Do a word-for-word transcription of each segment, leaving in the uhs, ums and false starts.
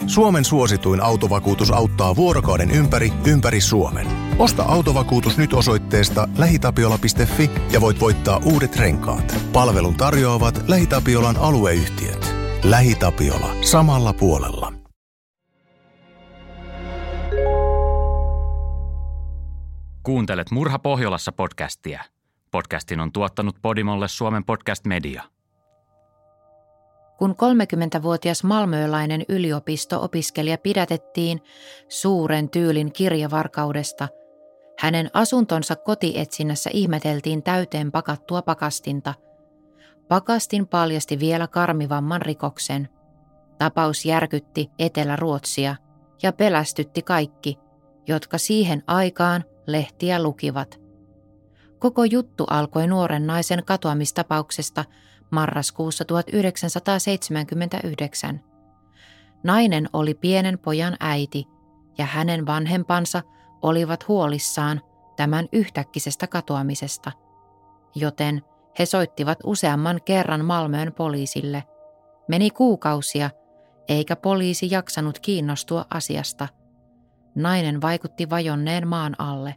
Suomen suosituin autovakuutus auttaa vuorokauden ympäri, ympäri Suomen. Osta autovakuutus nyt osoitteesta lähitapiola piste fi ja voit voittaa uudet renkaat. Palvelun tarjoavat LähiTapiolan alueyhtiöt. LähiTapiola. Samalla puolella. Kuuntelet Murha Pohjolassa podcastia. Podcastin on tuottanut Podimolle Suomen Podcast Media. Kun kolmekymmentävuotias malmöölainen yliopisto-opiskelija pidätettiin suuren tyylin kirjavarkaudesta, hänen asuntonsa kotietsinnässä ihmeteltiin täyteen pakattua pakastinta. Pakastin paljasti vielä karmivamman rikoksen. Tapaus järkytti Etelä-Ruotsia ja pelästytti kaikki, jotka siihen aikaan lehtiä lukivat. Koko juttu alkoi nuoren naisen katoamistapauksesta marraskuussa tuhatyhdeksänsataaseitsemänkymmentäyhdeksän. Nainen oli pienen pojan äiti ja hänen vanhempansa olivat huolissaan tämän yhtäkkisestä katoamisesta, joten he soittivat useamman kerran Malmön poliisille. Meni kuukausia, eikä poliisi jaksanut kiinnostua asiasta. Nainen vaikutti vajonneen maan alle.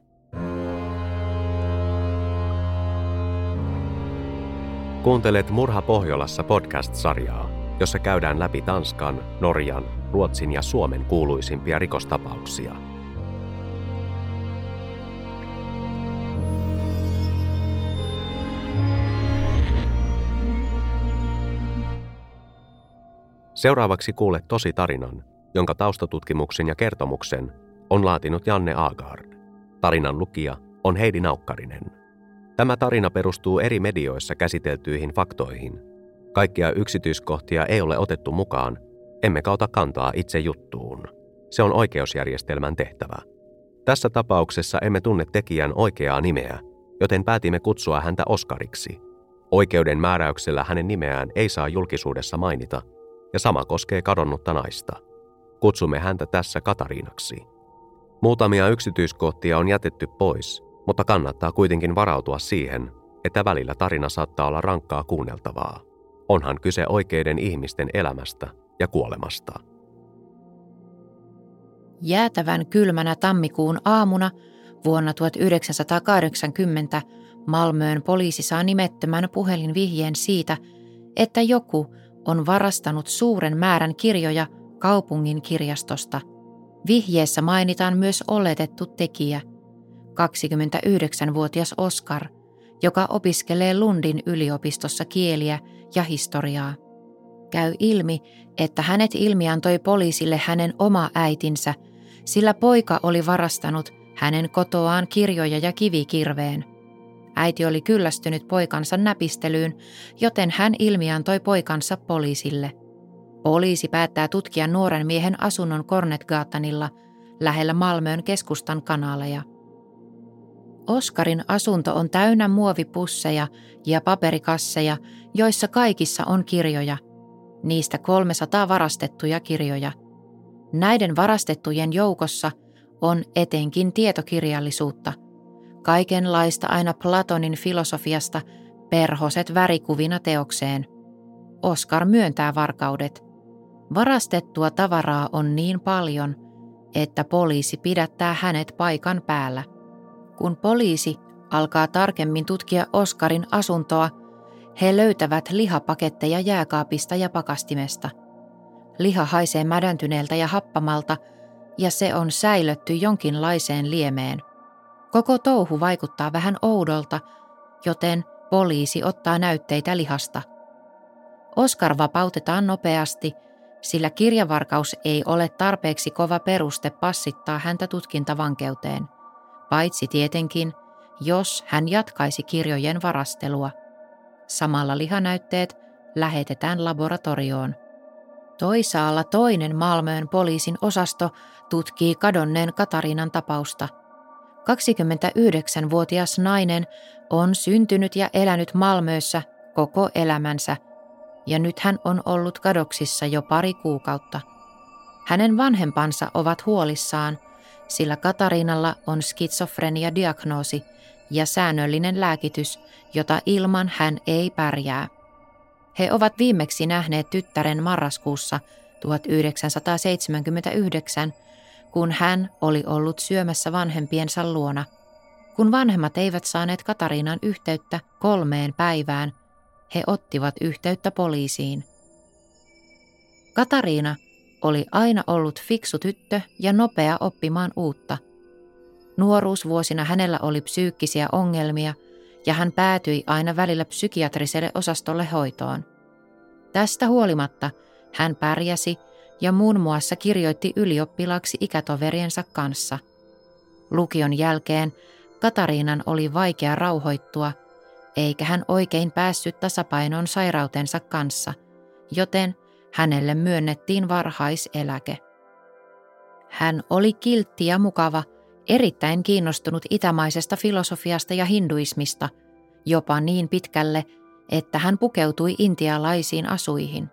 Kuuntelet Murha Pohjolassa podcast-sarjaa, jossa käydään läpi Tanskan, Norjan, Ruotsin ja Suomen kuuluisimpia rikostapauksia. Seuraavaksi kuulet tositarinan, jonka taustatutkimuksen ja kertomuksen on laatinut Janne Agard. Tarinan lukija on Heidi Naukkarinen. Tämä tarina perustuu eri medioissa käsiteltyihin faktoihin. Kaikkia yksityiskohtia ei ole otettu mukaan, emmekä ota kantaa itse juttuun. Se on oikeusjärjestelmän tehtävä. Tässä tapauksessa emme tunne tekijän oikeaa nimeä, joten päätimme kutsua häntä Oskariksi. Oikeuden määräyksellä hänen nimeään ei saa julkisuudessa mainita, ja sama koskee kadonnutta naista. Kutsumme häntä tässä Katariinaksi. Muutamia yksityiskohtia on jätetty pois, mutta kannattaa kuitenkin varautua siihen, että välillä tarina saattaa olla rankkaa kuunneltavaa. Onhan kyse oikeiden ihmisten elämästä ja kuolemasta. Jäätävän kylmänä tammikuun aamuna vuonna tuhatyhdeksänsataakahdeksankymmentä Malmön poliisi saa nimettömän puhelinvihjeen siitä, että joku on varastanut suuren määrän kirjoja kaupungin kirjastosta. Vihjeessä mainitaan myös oletettu tekijä, kaksikymmentäyhdeksänvuotias Oskar, joka opiskelee Lundin yliopistossa kieliä ja historiaa. Käy ilmi, että hänet ilmiantoi poliisille hänen oma äitinsä, sillä poika oli varastanut hänen kotoaan kirjoja ja kivikirveen. Äiti oli kyllästynyt poikansa näpistelyyn, joten hän ilmiantoi poikansa poliisille. Poliisi päättää tutkia nuoren miehen asunnon Kornetgatanilla lähellä Malmön keskustan kanaaleja. Oskarin asunto on täynnä muovipusseja ja paperikasseja, joissa kaikissa on kirjoja. Niistä kolmesataa varastettuja kirjoja. Näiden varastettujen joukossa on etenkin tietokirjallisuutta. Kaikenlaista aina Platonin filosofiasta perhoset värikuvina teokseen. Oskar myöntää varkaudet. Varastettua tavaraa on niin paljon, että poliisi pidättää hänet paikan päällä. Kun poliisi alkaa tarkemmin tutkia Oskarin asuntoa, he löytävät lihapaketteja jääkaapista ja pakastimesta. Liha haisee mädäntyneeltä ja happamalta, ja se on säilötty jonkinlaiseen liemeen. Koko touhu vaikuttaa vähän oudolta, joten poliisi ottaa näytteitä lihasta. Oskar vapautetaan nopeasti, sillä kirjavarkaus ei ole tarpeeksi kova peruste passittaa häntä tutkintavankeuteen, paitsi tietenkin, jos hän jatkaisi kirjojen varastelua. Samalla lihanäytteet lähetetään laboratorioon. Toisaalla toinen Malmön poliisin osasto tutkii kadonneen Katariinan tapausta. kaksikymmentäyhdeksänvuotias nainen on syntynyt ja elänyt Malmössä koko elämänsä, ja nyt hän on ollut kadoksissa jo pari kuukautta. Hänen vanhempansa ovat huolissaan, sillä Katariinalla on skitsofrenia-diagnoosi ja säännöllinen lääkitys, jota ilman hän ei pärjää. He ovat viimeksi nähneet tyttären marraskuussa tuhatyhdeksänsataaseitsemänkymmentäyhdeksän, kun hän oli ollut syömässä vanhempiensa luona. Kun vanhemmat eivät saaneet Katariinan yhteyttä kolmeen päivään, he ottivat yhteyttä poliisiin. Katariina oli aina ollut fiksu tyttö ja nopea oppimaan uutta. Nuoruusvuosina hänellä oli psyykkisiä ongelmia ja hän päätyi aina välillä psykiatriselle osastolle hoitoon. Tästä huolimatta hän pärjäsi ja muun muassa kirjoitti ylioppilaaksi ikätoveriensa kanssa. Lukion jälkeen Katariinan oli vaikea rauhoittua, eikä hän oikein päässyt tasapainoon sairautensa kanssa, joten hänelle myönnettiin varhaiseläke. Hän oli kiltti ja mukava, erittäin kiinnostunut itämaisesta filosofiasta ja hinduismista, jopa niin pitkälle, että hän pukeutui intialaisiin asuihin.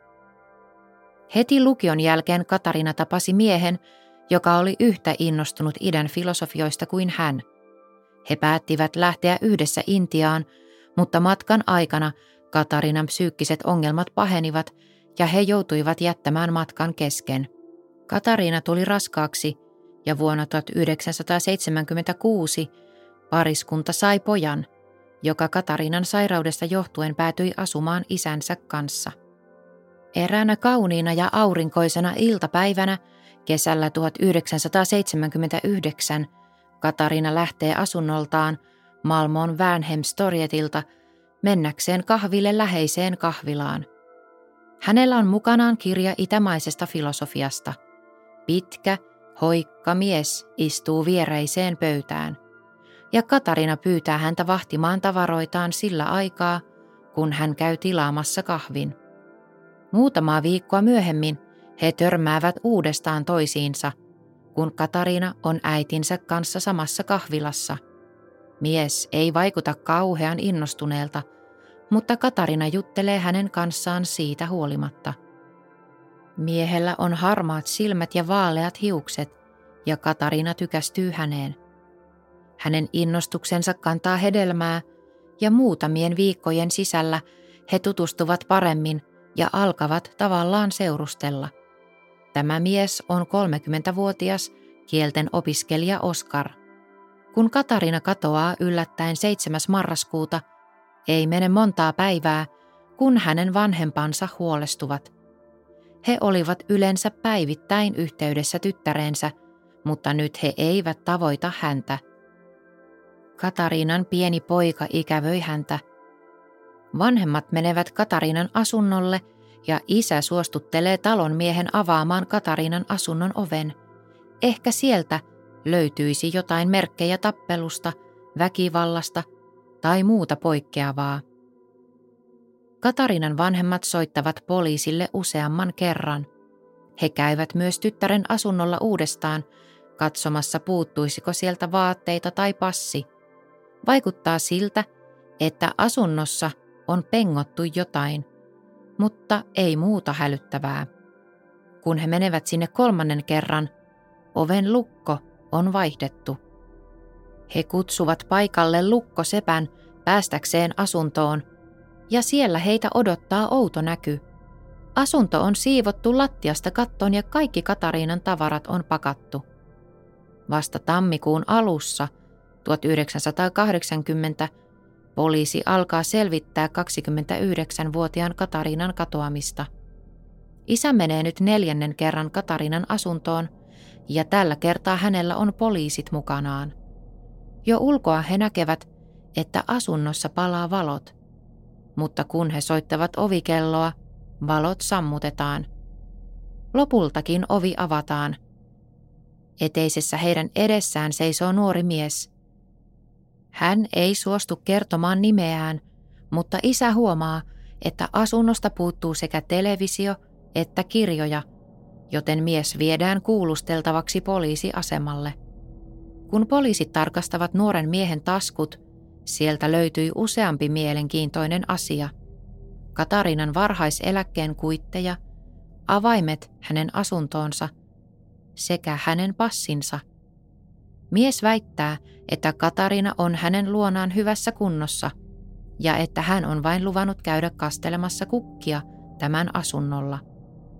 Heti lukion jälkeen Katariina tapasi miehen, joka oli yhtä innostunut idän filosofioista kuin hän. He päättivät lähteä yhdessä Intiaan, mutta matkan aikana Katariinan psyykkiset ongelmat pahenivat ja he joutuivat jättämään matkan kesken. Katariina tuli raskaaksi ja vuonna tuhatyhdeksänsataaseitsemänkymmentäkuusi pariskunta sai pojan, joka Katariinan sairaudesta johtuen päätyi asumaan isänsä kanssa. Eräänä kauniina ja aurinkoisena iltapäivänä kesällä tuhatyhdeksänsataaseitsemänkymmentäyhdeksän Katariina lähtee asunnoltaan Malmön Värnhemstorgetilta mennäkseen kahville läheiseen kahvilaan. Hänellä on mukanaan kirja itämaisesta filosofiasta. Pitkä, hoikka mies istuu viereiseen pöytään, ja Katariina pyytää häntä vahtimaan tavaroitaan sillä aikaa, kun hän käy tilaamassa kahvin. Muutamaa viikkoa myöhemmin he törmäävät uudestaan toisiinsa, kun Katariina on äitinsä kanssa samassa kahvilassa. Mies ei vaikuta kauhean innostuneelta, mutta Katariina juttelee hänen kanssaan siitä huolimatta. Miehellä on harmaat silmät ja vaaleat hiukset, ja Katariina tykästyy häneen. Hänen innostuksensa kantaa hedelmää, ja muutamien viikkojen sisällä he tutustuvat paremmin ja alkavat tavallaan seurustella. Tämä mies on kolmekymmentävuotias kielten opiskelija Oskar. Kun Katariina katoaa yllättäen seitsemäs marraskuuta, ei mene montaa päivää, kun hänen vanhempansa huolestuvat. He olivat yleensä päivittäin yhteydessä tyttäreensä, mutta nyt he eivät tavoita häntä. Katariinan pieni poika ikävöi häntä. Vanhemmat menevät Katariinan asunnolle ja isä suostuttelee talon miehen avaamaan Katariinan asunnon oven. Ehkä sieltä löytyisi jotain merkkejä tappelusta, väkivallasta tai muuta poikkeavaa. Katariinan vanhemmat soittavat poliisille useamman kerran. He käyvät myös tyttären asunnolla uudestaan, katsomassa puuttuisiko sieltä vaatteita tai passi. Vaikuttaa siltä, että asunnossa on pengottu jotain, mutta ei muuta hälyttävää. Kun he menevät sinne kolmannen kerran, oven lukko on vaihdettu. He kutsuvat paikalle lukkosepän päästäkseen asuntoon, ja siellä heitä odottaa outo näky. Asunto on siivottu lattiasta kattoon ja kaikki Katariinan tavarat on pakattu. Vasta tammikuun alussa tuhatyhdeksänsataakahdeksankymmentä poliisi alkaa selvittää kaksikymmentäyhdeksänvuotiaan Katariinan katoamista. Isä menee nyt neljännen kerran Katariinan asuntoon ja tällä kertaa hänellä on poliisit mukanaan. Jo ulkoa he näkevät, että asunnossa palaa valot, mutta kun he soittavat ovikelloa, valot sammutetaan. Lopultakin ovi avataan. Eteisessä heidän edessään seisoo nuori mies. Hän ei suostu kertomaan nimeään, mutta isä huomaa, että asunnosta puuttuu sekä televisio että kirjoja, joten mies viedään kuulusteltavaksi poliisiasemalle. Kun poliisit tarkastavat nuoren miehen taskut, sieltä löytyi useampi mielenkiintoinen asia. Katariinan varhaiseläkkeen kuitteja, avaimet hänen asuntoonsa sekä hänen passinsa. Mies väittää, että Katariina on hänen luonaan hyvässä kunnossa ja että hän on vain luvannut käydä kastelemassa kukkia tämän asunnolla.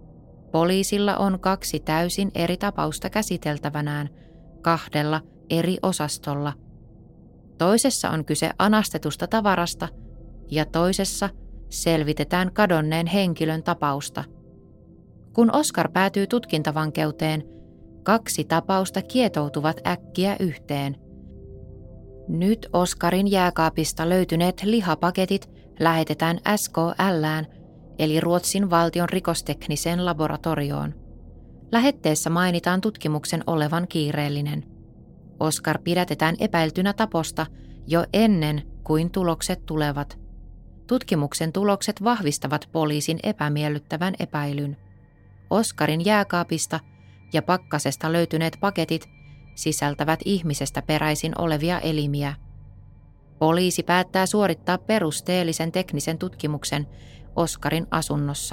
Poliisilla on kaksi täysin eri tapausta käsiteltävänään kahdella eri osastolla. Toisessa on kyse anastetusta tavarasta ja toisessa selvitetään kadonneen henkilön tapausta. Kun Oscar päätyy tutkintavankeuteen, kaksi tapausta kietoutuvat äkkiä yhteen. Nyt Oscarin jääkaapista löytyneet lihapaketit lähetetään S K L:ään, eli Ruotsin valtion rikostekniseen laboratorioon. Lähetteessä mainitaan tutkimuksen olevan kiireellinen. Oscar pidätetään epäiltynä taposta jo ennen kuin tulokset tulevat. Tutkimuksen tulokset vahvistavat poliisin epämiellyttävän epäilyn. Oscarin jääkaapista ja pakkasesta löytyneet paketit sisältävät ihmisestä peräisin olevia elimiä. Poliisi päättää suorittaa perusteellisen teknisen tutkimuksen Oscarin asunnossa.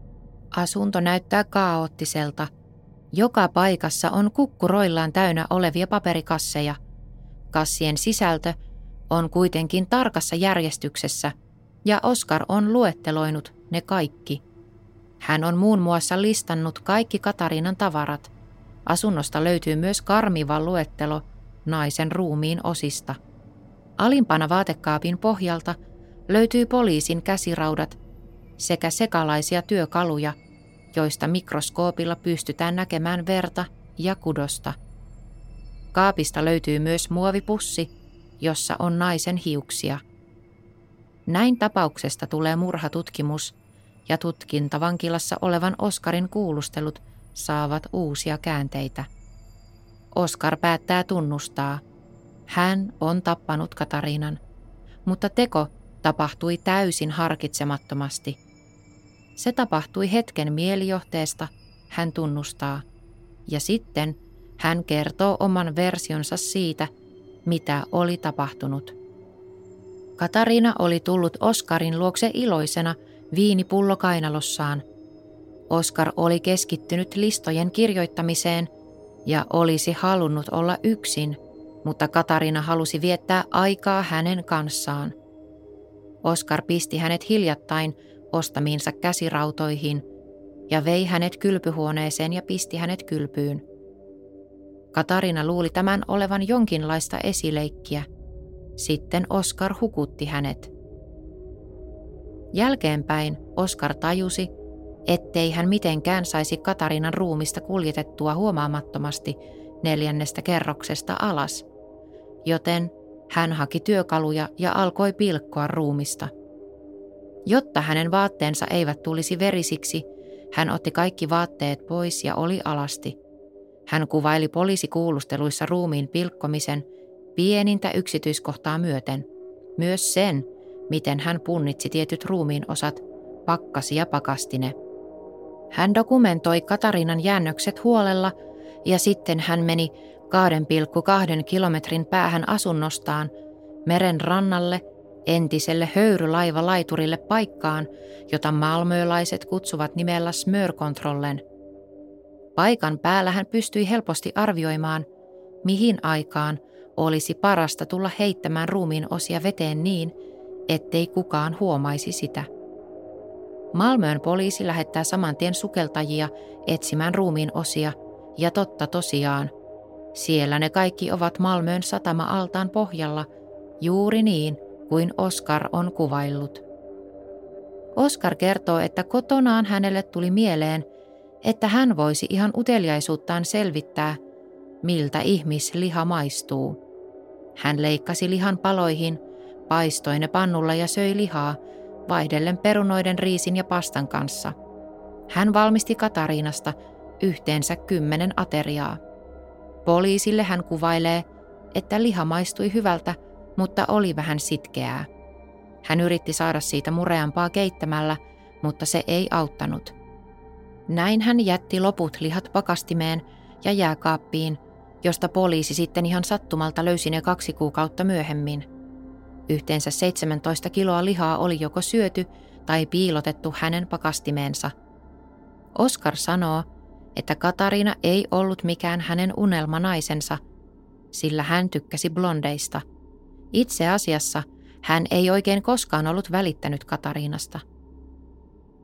Asunto näyttää kaoottiselta. Joka paikassa on kukkuroillaan täynnä olevia paperikasseja. Kassien sisältö on kuitenkin tarkassa järjestyksessä ja Oscar on luetteloinut ne kaikki. Hän on muun muassa listannut kaikki Katariinan tavarat. Asunnosta löytyy myös karmiva luettelo naisen ruumiin osista. Alimpana vaatekaapin pohjalta löytyy poliisin käsiraudat sekä sekalaisia työkaluja, joista mikroskoopilla pystytään näkemään verta ja kudosta. Kaapista löytyy myös muovipussi, jossa on naisen hiuksia. Näin tapauksesta tulee murhatutkimus ja tutkintavankilassa olevan Oscarin kuulustelut saavat uusia käänteitä. Oscar päättää tunnustaa. Hän on tappanut Katariinan, mutta teko tapahtui täysin harkitsemattomasti. Se tapahtui hetken mielijohteesta, hän tunnustaa, ja sitten hän kertoo oman versionsa siitä, mitä oli tapahtunut. Katariina oli tullut Oscarin luokse iloisena viinipullo kainalossaan. Oscar oli keskittynyt listojen kirjoittamiseen ja olisi halunnut olla yksin, mutta Katariina halusi viettää aikaa hänen kanssaan. Oscar pisti hänet hiljattain ostamiinsa käsirautoihin ja vei hänet kylpyhuoneeseen ja pisti hänet kylpyyn. Katariina luuli tämän olevan jonkinlaista esileikkiä. Sitten Oscar hukutti hänet. Jälkeenpäin Oscar tajusi, ettei hän mitenkään saisi Katariinan ruumista kuljetettua huomaamattomasti neljännestä kerroksesta alas, joten hän haki työkaluja ja alkoi pilkkoa ruumista. Jotta hänen vaatteensa eivät tulisi verisiksi, hän otti kaikki vaatteet pois ja oli alasti. Hän kuvaili poliisikuulusteluissa ruumiin pilkkomisen pienintä yksityiskohtaa myöten, myös sen, miten hän punnitsi tietyt ruumiin osat, pakkasi ja pakasti ne. Hän dokumentoi Katariinan jäännökset huolella ja sitten hän meni kaksi pilkku kaksi kilometrin päähän asunnostaan meren rannalle entiselle höyrylaivалaiturille paikkaan, jota malmöölaiset kutsuvat nimellä Smörkontrollen. Paikan päällä hän pystyi helposti arvioimaan, mihin aikaan olisi parasta tulla heittämään ruumiin osia veteen niin, ettei kukaan huomaisi sitä. Malmön poliisi lähettää samantien sukeltajia etsimään ruumiin osia, ja totta tosiaan, siellä ne kaikki ovat Malmön satama-altaan pohjalla, juuri niin kuin Oscar on kuvaillut. Oscar kertoo, että kotonaan hänelle tuli mieleen, että hän voisi ihan uteliaisuuttaan selvittää, miltä ihmisliha maistuu. Hän leikkasi lihan paloihin, paistoi ne pannulla ja söi lihaa, vaihdellen perunoiden, riisin ja pastan kanssa. Hän valmisti Katariinasta yhteensä kymmenen ateriaa. Poliisille hän kuvailee, että liha maistui hyvältä, mutta oli vähän sitkeää. Hän yritti saada siitä mureampaa keittämällä, mutta se ei auttanut. Näin hän jätti loput lihat pakastimeen ja jääkaappiin, josta poliisi sitten ihan sattumalta löysi ne kaksi kuukautta myöhemmin. Yhteensä seitsemäntoista kiloa lihaa oli joko syöty tai piilotettu hänen pakastimeensa. Oscar sanoo, että Katariina ei ollut mikään hänen unelmanaisensa, sillä hän tykkäsi blondeista. Itse asiassa hän ei oikein koskaan ollut välittänyt Katariinasta.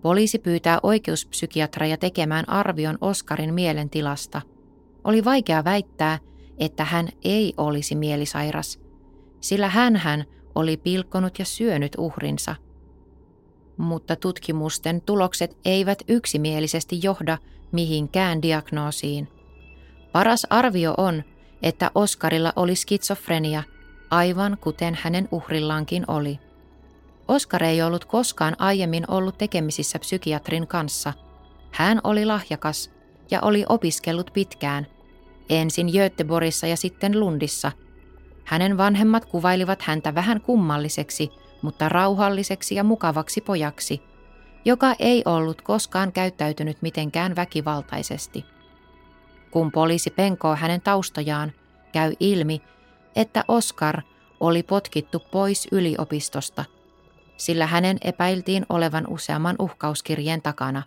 Poliisi pyytää oikeuspsykiatria tekemään arvion Oskarin mielentilasta. Oli vaikea väittää, että hän ei olisi mielisairas, sillä hänhän oli pilkkonut ja syönyt uhrinsa. Mutta tutkimusten tulokset eivät yksimielisesti johda mihinkään diagnoosiin. Paras arvio on, että Oskarilla oli skitsofrenia, aivan kuten hänen uhrillaankin oli. Oskar ei ollut koskaan aiemmin ollut tekemisissä psykiatrin kanssa. Hän oli lahjakas ja oli opiskellut pitkään, ensin Göteborgissa ja sitten Lundissa. Hänen vanhemmat kuvailivat häntä vähän kummalliseksi, mutta rauhalliseksi ja mukavaksi pojaksi, joka ei ollut koskaan käyttäytynyt mitenkään väkivaltaisesti. Kun poliisi penkoo hänen taustojaan, käy ilmi, että Oskar oli potkittu pois yliopistosta, sillä hänen epäiltiin olevan useamman uhkauskirjeen takana.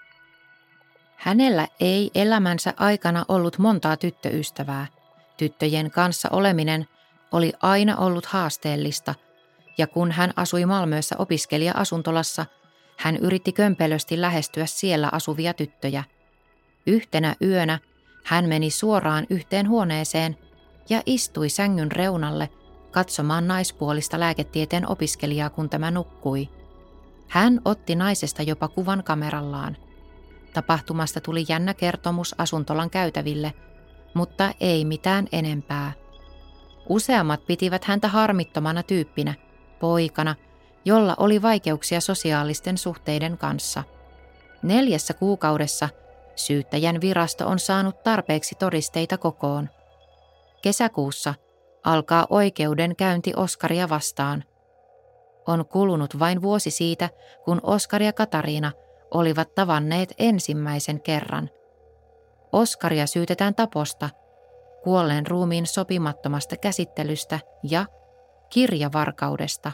Hänellä ei elämänsä aikana ollut montaa tyttöystävää. Tyttöjen kanssa oleminen oli aina ollut haasteellista, ja kun hän asui Malmössä opiskelija-asuntolassa, hän yritti kömpelösti lähestyä siellä asuvia tyttöjä. Yhtenä yönä hän meni suoraan yhteen huoneeseen ja istui sängyn reunalle katsomaan naispuolista lääketieteen opiskelijaa, kun tämä nukkui. Hän otti naisesta jopa kuvan kamerallaan. Tapahtumasta tuli jännä kertomus asuntolan käytäville, mutta ei mitään enempää. Useammat pitivät häntä harmittomana tyyppinä, poikana, jolla oli vaikeuksia sosiaalisten suhteiden kanssa. Neljässä kuukaudessa syyttäjän virasto on saanut tarpeeksi todisteita kokoon. Kesäkuussa alkaa oikeudenkäynti Oskaria vastaan. On kulunut vain vuosi siitä, kun Oskar ja Katariina olivat tavanneet ensimmäisen kerran. Oskaria syytetään taposta, kuolleen ruumiin sopimattomasta käsittelystä ja kirjavarkaudesta.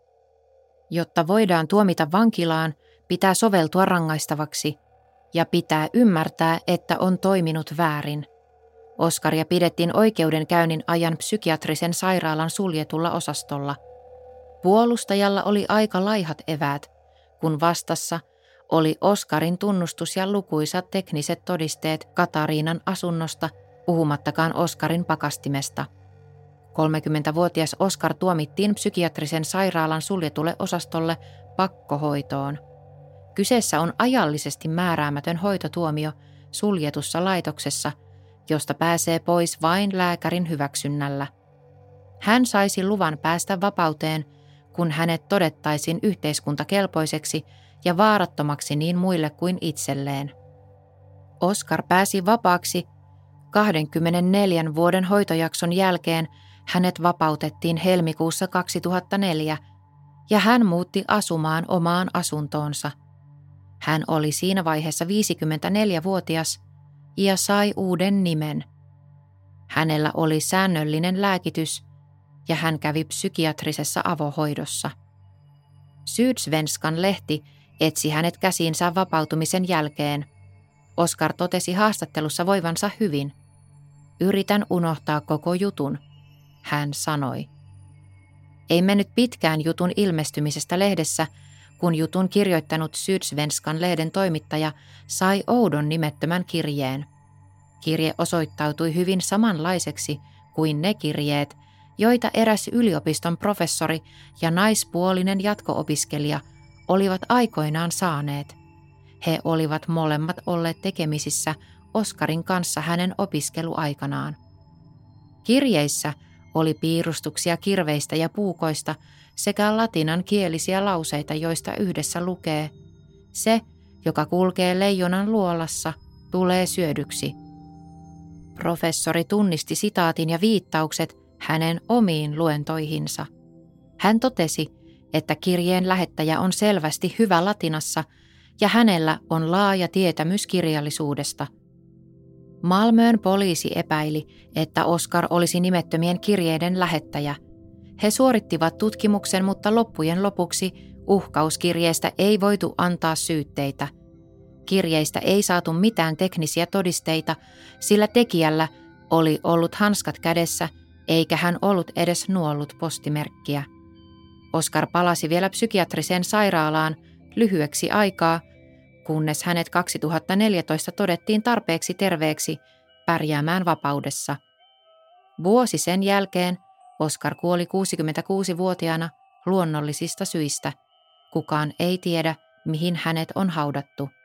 Jotta voidaan tuomita vankilaan, pitää soveltua rangaistavaksi ja pitää ymmärtää, että on toiminut väärin. Oskaria pidettiin oikeudenkäynnin ajan psykiatrisen sairaalan suljetulla osastolla. Puolustajalla oli aika laihat eväät, kun vastassa oli Oskarin tunnustus ja lukuisat tekniset todisteet Katariinan asunnosta, puhumattakaan Oskarin pakastimesta. kolmekymmentävuotias Oskar tuomittiin psykiatrisen sairaalan suljetulle osastolle pakkohoitoon. Kyseessä on ajallisesti määräämätön hoitotuomio suljetussa laitoksessa, josta pääsee pois vain lääkärin hyväksynnällä. Hän saisi luvan päästä vapauteen, kun hänet todettaisiin yhteiskuntakelpoiseksi ja vaarattomaksi niin muille kuin itselleen. Oskar pääsi vapaaksi kaksikymmentäneljän vuoden hoitojakson jälkeen. Hänet vapautettiin helmikuussa kaksituhattaneljä ja hän muutti asumaan omaan asuntoonsa. Hän oli siinä vaiheessa viisikymmentäneljävuotias ja sai uuden nimen. Hänellä oli säännöllinen lääkitys ja hän kävi psykiatrisessa avohoidossa. Sydsvenskan lehti etsi hänet käsiinsä vapautumisen jälkeen. Oskar totesi haastattelussa voivansa hyvin. Yritän unohtaa koko jutun, hän sanoi. Ei mennyt pitkään jutun ilmestymisestä lehdessä, kun jutun kirjoittanut Sydsvenskan lehden toimittaja sai oudon nimettömän kirjeen. Kirje osoittautui hyvin samanlaiseksi kuin ne kirjeet, joita eräs yliopiston professori ja naispuolinen jatko-opiskelija olivat aikoinaan saaneet. He olivat molemmat olleet tekemisissä Oskarin kanssa hänen opiskeluaikanaan. Kirjeissä oli piirustuksia kirveistä ja puukoista sekä latinan kielisiä lauseita, joista yhdessä lukee: se, joka kulkee leijonan luolassa, tulee syödyksi. Professori tunnisti sitaatin ja viittaukset hänen omiin luentoihinsa. Hän totesi, että kirjeen lähettäjä on selvästi hyvä latinassa ja hänellä on laaja tietämys kirjallisuudesta. Malmön poliisi epäili, että Oskar olisi nimettömien kirjeiden lähettäjä. He suorittivat tutkimuksen, mutta loppujen lopuksi uhkauskirjeestä ei voitu antaa syytteitä. Kirjeistä ei saatu mitään teknisiä todisteita, sillä tekijällä oli ollut hanskat kädessä, eikä hän ollut edes nuollut postimerkkiä. Oskar palasi vielä psykiatriseen sairaalaan lyhyeksi aikaa kunnes hänet kaksituhattaneljätoista todettiin tarpeeksi terveeksi pärjäämään vapaudessa. Vuosi sen jälkeen Oscar kuoli kuusikymmentäkuusivuotiaana luonnollisista syistä. Kukaan ei tiedä, mihin hänet on haudattu.